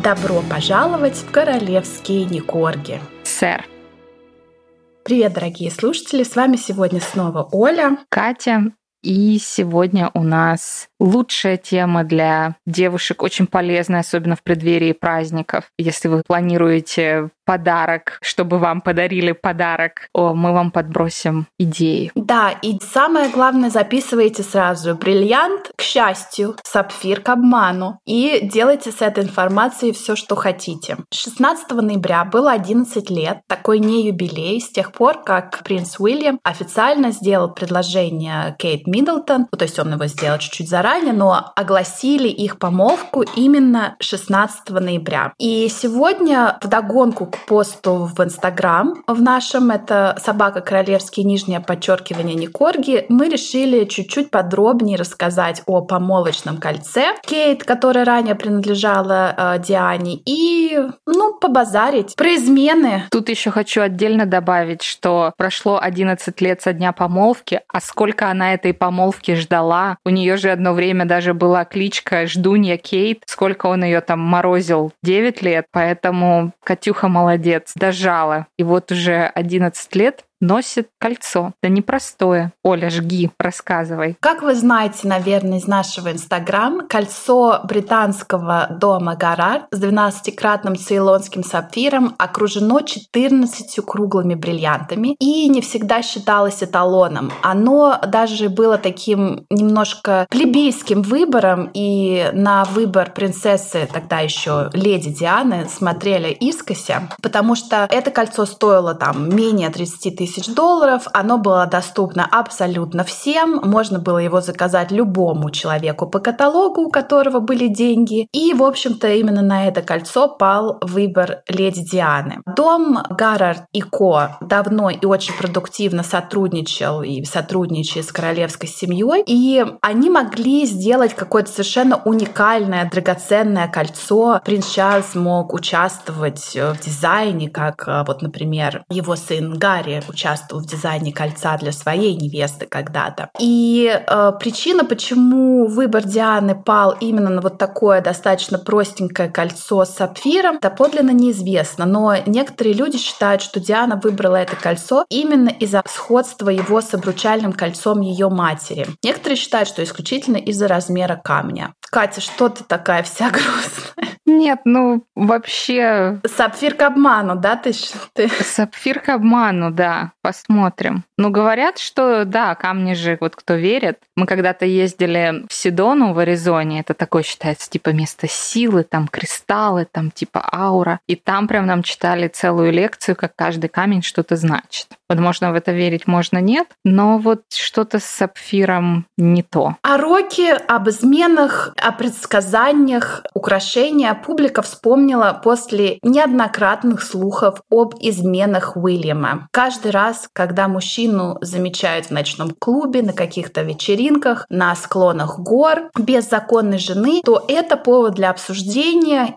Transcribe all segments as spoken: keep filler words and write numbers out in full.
Добро пожаловать в королевские Никорги. Сэр. Привет, дорогие слушатели, с вами сегодня снова Оля, Катя. И сегодня у нас лучшая тема для девушек, очень полезная, особенно в преддверии праздников. Если вы планируете подарок, чтобы вам подарили подарок, о, мы вам подбросим идеи. Да, и самое главное, записывайте сразу бриллиант к счастью, сапфир к обману, и делайте с этой информацией все, что хотите. шестнадцатого ноября было одиннадцать лет, такой не юбилей, с тех пор, как принц Уильям официально сделал предложение Кейт Миддлтон, то есть он его сделал чуть-чуть заранее, но огласили их помолвку именно шестнадцатого ноября. И сегодня вдогонку к посту в Инстаграм в нашем, это собака королевские нижнее подчеркивание Никорги, мы решили чуть-чуть подробнее рассказать о помолвочном кольце Кейт, которое ранее принадлежало э, Диане, и, ну, побазарить про измены. Тут еще хочу отдельно добавить, что прошло одиннадцать лет со дня помолвки, а сколько она этой помолвки ждала. У нее же одно время даже была кличка Ждунья Кейт, сколько он ее там морозил, девять лет, поэтому Катюха молодец, дожала. И вот уже одиннадцать лет носит кольцо. Да непростое. Оля, жги, рассказывай. Как вы знаете, наверное, из нашего Инстаграм, кольцо британского дома Гаррард с двенадцатикратным цейлонским сапфиром окружено четырнадцатью круглыми бриллиантами и не всегда считалось эталоном. Оно даже было таким немножко плебейским выбором, и на выбор принцессы, тогда еще леди Дианы, смотрели искося, потому что это кольцо стоило там менее тридцати тысяч долларов, оно было доступно абсолютно всем, можно было его заказать любому человеку по каталогу, у которого были деньги, и, в общем-то, именно на это кольцо пал выбор леди Дианы. Дом Гаррард и Ко давно и очень продуктивно сотрудничал и сотрудничает с королевской семьей, и они могли сделать какое-то совершенно уникальное, драгоценное кольцо. Принц Чарльз мог участвовать в дизайне, как вот, например, его сын Гарри участвовал в дизайне кольца для своей невесты когда-то. И э, причина, почему выбор Дианы пал именно на вот такое достаточно простенькое кольцо с сапфиром, доподлинно неизвестно. Но некоторые люди считают, что Диана выбрала это кольцо именно из-за сходства его с обручальным кольцом ее матери. Некоторые считают, что исключительно из-за размера камня. Катя, что ты такая вся грустная? Нет, ну вообще... Сапфир к обману, да? Ты, ты... Сапфир к обману, да. Посмотрим. Ну, говорят, что да, камни же, вот кто верит. Мы когда-то ездили в Седону в Аризоне. Это такое считается типа место силы, там кристаллы, там типа аура. И там прям нам читали целую лекцию, как каждый камень что-то значит. Возможно, в это верить, можно нет, но вот что-то с сапфиром не то. О роке, об изменах, о предсказаниях, украшения публика вспомнила после неоднократных слухов об изменах Уильяма. Каждый раз, когда мужчину замечают в ночном клубе, на каких-то вечеринках, на склонах гор, без законной жены, то это повод для обсуждения.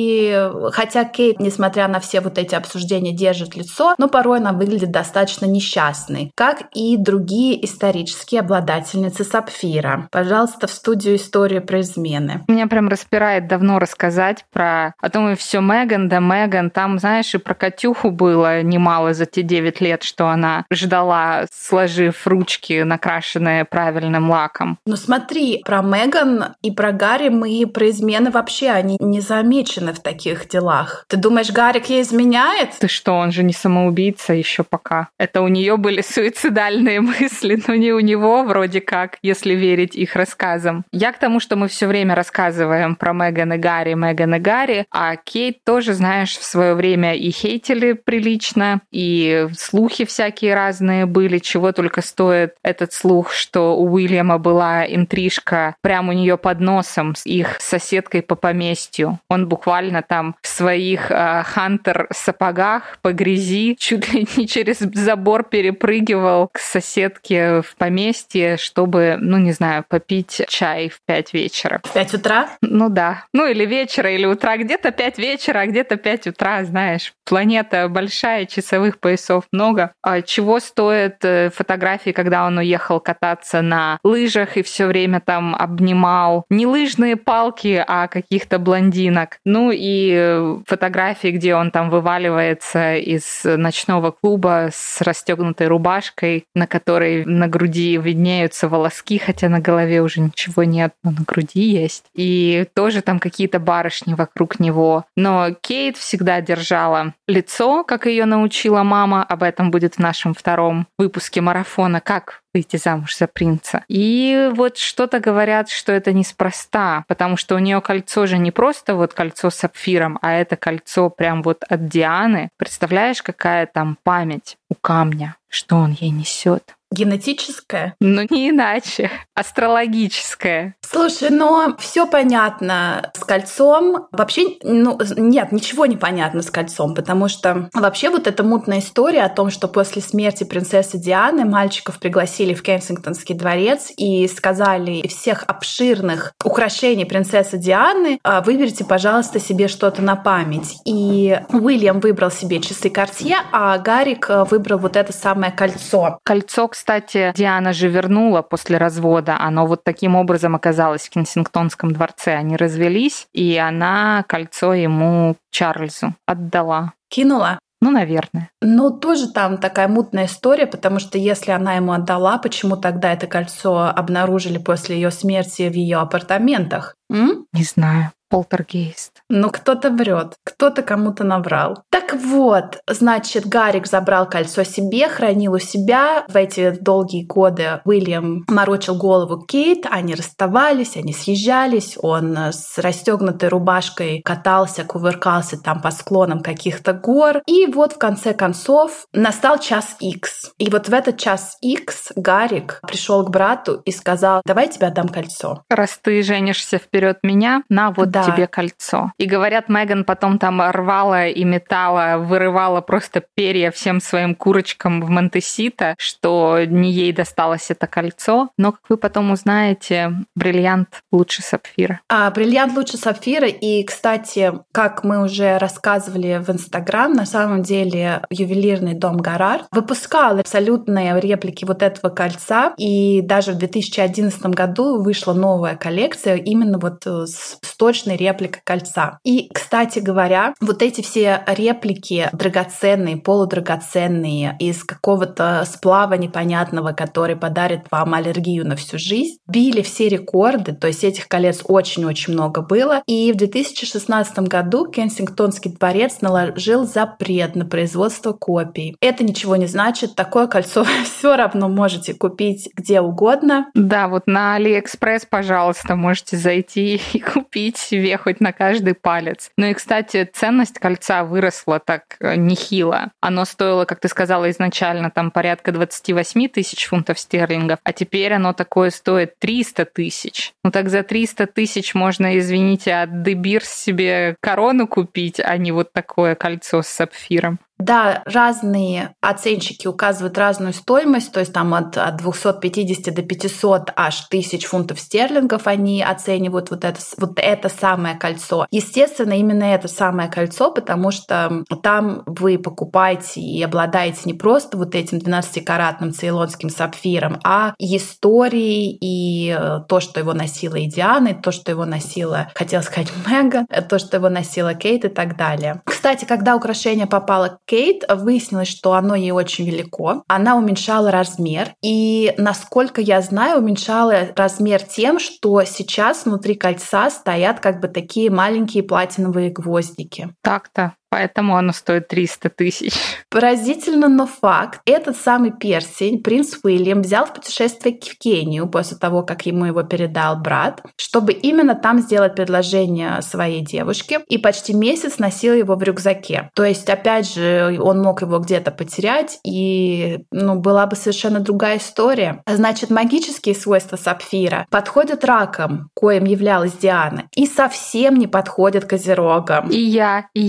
И хотя Кейт, несмотря на все вот эти обсуждения, держит лицо, но порой она выглядит достаточно несчастной, как и другие исторические обладательницы сапфира. Пожалуйста, в студию историю про измены. Меня прям распирает давно рассказать про... А то мы все Меган, да Меган. Там, знаешь, и про Катюху было немало за те девять лет, что она ждала, сложив ручки, накрашенные правильным лаком. Ну смотри, про Меган и про Гарри мы про измены вообще, они не замечены в таких делах. Ты думаешь, Гарик ей изменяет? Ты что, он же не самоубийца еще пока. Это у нее были суицидальные мысли, но не у него вроде как, если верить их рассказам. Я к тому, что мы все время рассказываем про Меган и Гарри, Меган и Гарри, а Кейт тоже, знаешь, в свое время и хейтили прилично, и слухи всякие разные были, чего только стоит этот слух, что у Уильяма была интрижка прямо у нее под носом с их соседкой по поместью. Он буквально там в своих э, хантер-сапогах по грязи чуть ли не через забор перепрыгивал к соседке в поместье, чтобы, ну не знаю, попить чай в пять вечера. В пять утра? Ну да. Ну или вечера, вечера или утра, где-то пять вечера, а где-то пять утра, знаешь. Планета большая, часовых поясов много. А чего стоят фотографии, когда он уехал кататься на лыжах и все время там обнимал не лыжные палки, а каких-то блондинок. Ну и фотографии, где он там вываливается из ночного клуба с расстегнутой рубашкой, на которой на груди виднеются волоски, хотя на голове уже ничего нет, но на груди есть. И тоже там какие-то барышни вокруг него. Но Кейт всегда держала лицо, как ее научила мама. Об этом будет в нашем втором выпуске марафона «Как выйти замуж за принца». И вот что-то говорят, что это неспроста, потому что у нее кольцо же не просто вот кольцо с сапфиром, а это кольцо прям вот от Дианы. Представляешь, какая там память у камня, что он ей несет? Генетическое? Ну, не иначе. Астрологическое. Слушай, но все понятно с кольцом. Вообще, ну, нет, ничего не понятно с кольцом, потому что вообще вот эта мутная история о том, что после смерти принцессы Дианы мальчиков пригласили в Кенсингтонский дворец и сказали: из всех обширных украшений принцессы Дианы выберите, пожалуйста, себе что-то на память. И Уильям выбрал себе часы Картье, а Гарик выбрал вот это самое кольцо. Кольцо, кстати, Диана же вернула после развода. Оно вот таким образом оказалось в Кенсингтонском дворце. Они развелись, и она кольцо ему, Чарльзу, отдала. Кинула? Ну, наверное. Ну, тоже там такая мутная история, потому что если она ему отдала, почему тогда это кольцо обнаружили после ее смерти в ее апартаментах? М? Не знаю. Полтергейст. Ну, кто-то врет, кто-то кому-то наврал. Так вот, значит, Гарик забрал кольцо себе, хранил у себя. В эти долгие годы Уильям морочил голову Кейт, они расставались, они съезжались, он с расстегнутой рубашкой катался, кувыркался там по склонам каких-то гор. И вот в конце концов настал час Икс. И вот в этот час Икс Гарик пришел к брату и сказал: давай я тебе отдам кольцо. Раз ты женишься вперед меня, на вот да. тебе кольцо. И говорят, Меган потом там рвала и метала, вырывала просто перья всем своим курочкам в Монтесито, что не ей досталось это кольцо. Но, как вы потом узнаете, бриллиант лучше сапфира. А, бриллиант лучше сапфира. И, кстати, как мы уже рассказывали в Инстаграм, на самом деле ювелирный дом Гаррар выпускал абсолютные реплики вот этого кольца. И даже в две тысячи одиннадцатом году вышла новая коллекция именно вот с точной репликой кольца. И, кстати говоря, вот эти все реплики драгоценные, полудрагоценные, из какого-то сплава непонятного, который подарит вам аллергию на всю жизнь, били все рекорды, то есть этих колец очень-очень много было. И в две тысячи шестнадцатом году Кенсингтонский дворец наложил запрет на производство копий. Это ничего не значит, такое кольцо все равно можете купить где угодно. Да, вот на Алиэкспресс, пожалуйста, можете зайти и купить себе хоть на каждый палец. Ну и, кстати, ценность кольца выросла так нехило. Оно стоило, как ты сказала изначально, там порядка двадцать восемь тысяч фунтов стерлингов, а теперь оно такое стоит триста тысяч. Ну так за триста тысяч можно, извините, от De Beers себе корону купить, а не вот такое кольцо с сапфиром. Да, разные оценщики указывают разную стоимость, то есть там от, от двухсот пятидесяти до пятисот аж тысяч фунтов стерлингов они оценивают вот это, вот это самое кольцо. Естественно, именно это самое кольцо, потому что там вы покупаете и обладаете не просто вот этим двенадцатикаратным цейлонским сапфиром, а историей и то, что его носила и Диана, и то, что его носила, хотела сказать, Меган, то, что его носила Кейт и так далее. Кстати, когда украшение попало к Кейт, выяснилось, что оно ей очень велико. Она уменьшала размер. И, насколько я знаю, уменьшала размер тем, что сейчас внутри кольца стоят как бы такие маленькие платиновые гвоздики. Так-то. Поэтому оно стоит триста тысяч. Поразительно, но факт. Этот самый перстень принц Уильям взял в путешествие в Кению после того, как ему его передал брат, чтобы именно там сделать предложение своей девушке, и почти месяц носил его в рюкзаке. То есть, опять же, он мог его где-то потерять, и ну, была бы совершенно другая история. Значит, магические свойства сапфира подходят ракам, коим являлась Диана, и совсем не подходят козерогам. И я, и я.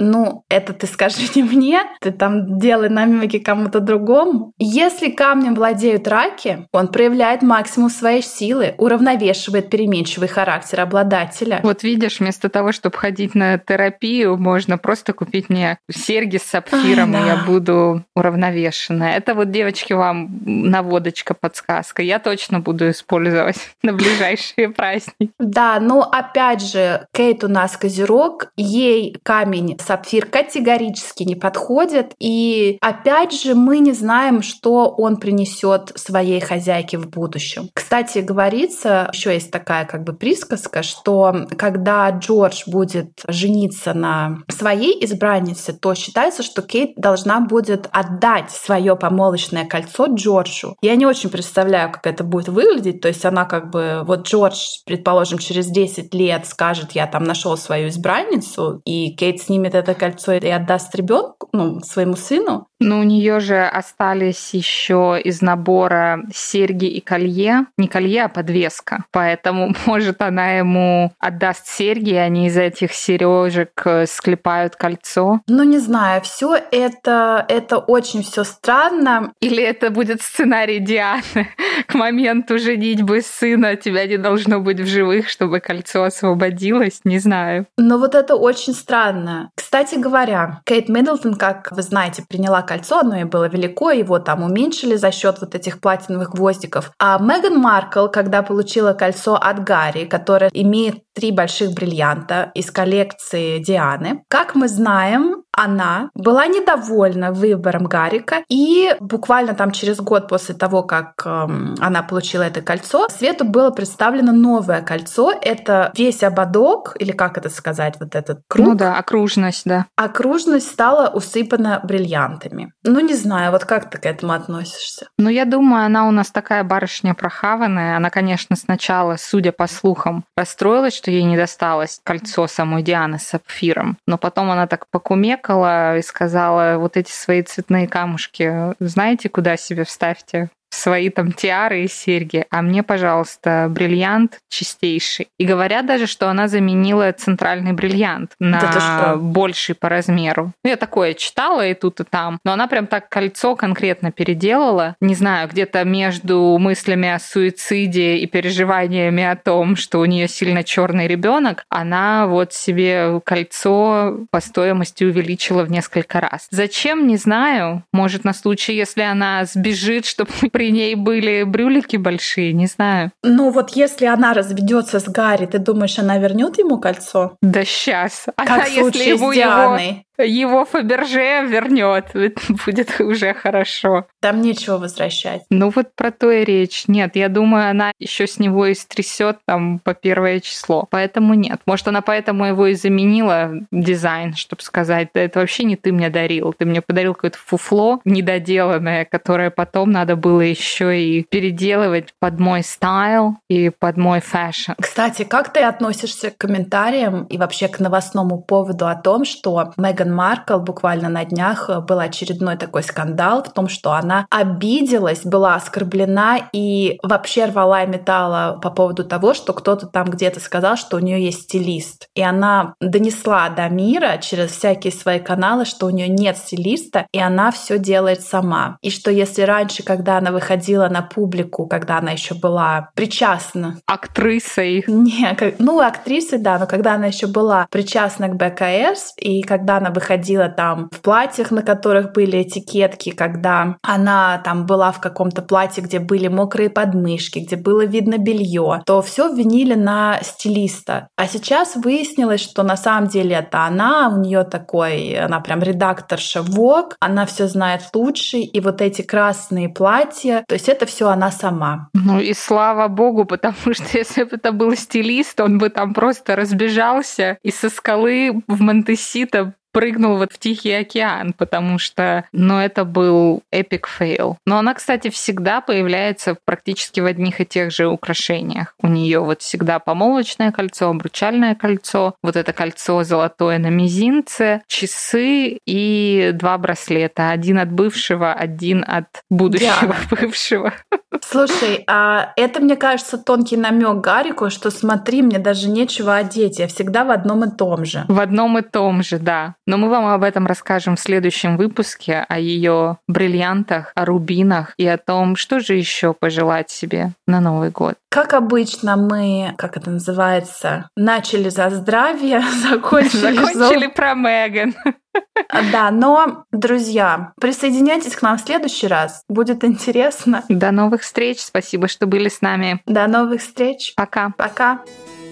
ну, это ты скажи не мне, ты там делай намеки кому-то другому. Если камнем владеют раки, он проявляет максимум своей силы, уравновешивает переменчивый характер обладателя. Вот видишь, вместо того, чтобы ходить на терапию, можно просто купить мне серьги с сапфиром, Ай, да. и я буду уравновешенная. Это вот, девочки, вам наводочка, подсказка. Я точно буду использовать на ближайшие праздники. Да, но опять же, Кейт у нас козерог, ей камень сапфир категорически не подходит, и опять же мы не знаем, что он принесет своей хозяйке в будущем. Кстати, говорится, еще есть такая как бы присказка, что когда Джордж будет жениться на своей избраннице, то считается, что Кейт должна будет отдать свое помолвочное кольцо Джорджу. Я не очень представляю, как это будет выглядеть, то есть она как бы, вот Джордж, предположим, через десять лет скажет, я там нашел свою избранницу, и Кейт снимет это кольцо и отдаст ребенку, ну, своему сыну. Ну, у нее же остались еще из набора серьги и колье. Не колье, а подвеска. Поэтому, может, она ему отдаст серьги, и они из этих сережек склепают кольцо. Ну, не знаю, все это, это очень все странно. Или это будет сценарий Дианы. К моменту женитьбы сына тебя не должно быть в живых, чтобы кольцо освободилось. Не знаю. Но вот это очень странно. Кстати говоря, Кейт Миддлтон, как вы знаете, приняла кольцо, оно ей было велико, его там уменьшили за счет вот этих платиновых гвоздиков. А Меган Маркл, когда получила кольцо от Гарри, которое имеет три больших бриллианта из коллекции Дианы, как мы знаем, она была недовольна выбором Гаррика, и буквально там через год после того, как эм, она получила это кольцо, свету было представлено новое кольцо. Это весь ободок, или как это сказать, вот этот круг. Ну да, окружность, да. Окружность стала усыпана бриллиантами. Ну, не знаю, вот как ты к этому относишься? Ну, я думаю, она у нас такая барышня прохаванная. Она, конечно, сначала, судя по слухам, расстроилась, что ей не досталось кольцо самой Дианы с сапфиром. Но потом она так покумекала и сказала, вот эти свои цветные камушки, знаете, куда себе вставьте? Свои там тиары и серьги, а мне, пожалуйста, бриллиант чистейший. И говорят даже, что она заменила центральный бриллиант на да больший по размеру. Я такое читала и тут, и там. Но она прям так кольцо конкретно переделала. Не знаю, где-то между мыслями о суициде и переживаниями о том, что у нее сильно черный ребенок, она вот себе кольцо по стоимости увеличила в несколько раз. Зачем, не знаю. Может, на случай, если она сбежит, чтобы при ней были брюлики большие, не знаю. Ну вот если она разведется с Гарри, ты думаешь, она вернет ему кольцо? Да сейчас. Как она, в случае если ему с Дианой. Его... Его Фаберже вернет, будет уже хорошо. Там нечего возвращать. Ну вот про то и речь. Нет, я думаю, она еще с него и стрясет там по первое число. Поэтому нет. Может, она поэтому его и заменила дизайн, чтобы сказать, да это вообще не ты мне дарил. Ты мне подарил какое-то фуфло недоделанное, которое потом надо было еще и переделывать под мой стайл и под мой фэшн. Кстати, как ты относишься к комментариям и вообще к новостному поводу о том, что Меган Маркл буквально на днях был очередной такой скандал в том, что она обиделась, была оскорблена и вообще рвала и металла по поводу того, что кто-то там где-то сказал, что у нее есть стилист. И она донесла до мира через всякие свои каналы, что у нее нет стилиста, и она все делает сама. И что если раньше, когда она выходила на публику, когда она еще была причастна... Актрисой. Не, как, ну, актрисой, да, но когда она еще была причастна к бэ ка эс, и когда она выходила там в платьях, на которых были этикетки, когда она там была в каком-то платье, где были мокрые подмышки, где было видно белье, то все винили на стилиста. А сейчас выяснилось, что на самом деле это она, у нее такой, она прям редакторша Vogue, она все знает лучше, и вот эти красные платья, то есть это все она сама. Ну и слава богу, потому что если бы это был стилист, он бы там просто разбежался и со скалы в Монте-Сито прыгнул вот в Тихий океан, потому что, ну, это был эпик фейл. Но она, кстати, всегда появляется практически в одних и тех же украшениях. У нее вот всегда помолвочное кольцо, обручальное кольцо, вот это кольцо золотое на мизинце, часы и два браслета. Один от бывшего, один от будущего yeah. бывшего. Слушай, а это, мне кажется, тонкий намек Гаррику, что смотри, мне даже нечего одеть, я всегда в одном и том же. В одном и том же, да. Но мы вам об этом расскажем в следующем выпуске, о ее бриллиантах, о рубинах и о том, что же еще пожелать себе на Новый год. Как обычно, мы, как это называется, начали за здравие, закончили, закончили про Меган. Да, но, друзья, присоединяйтесь к нам в следующий раз. Будет интересно. До новых встреч. Спасибо, что были с нами. До новых встреч. Пока. Пока.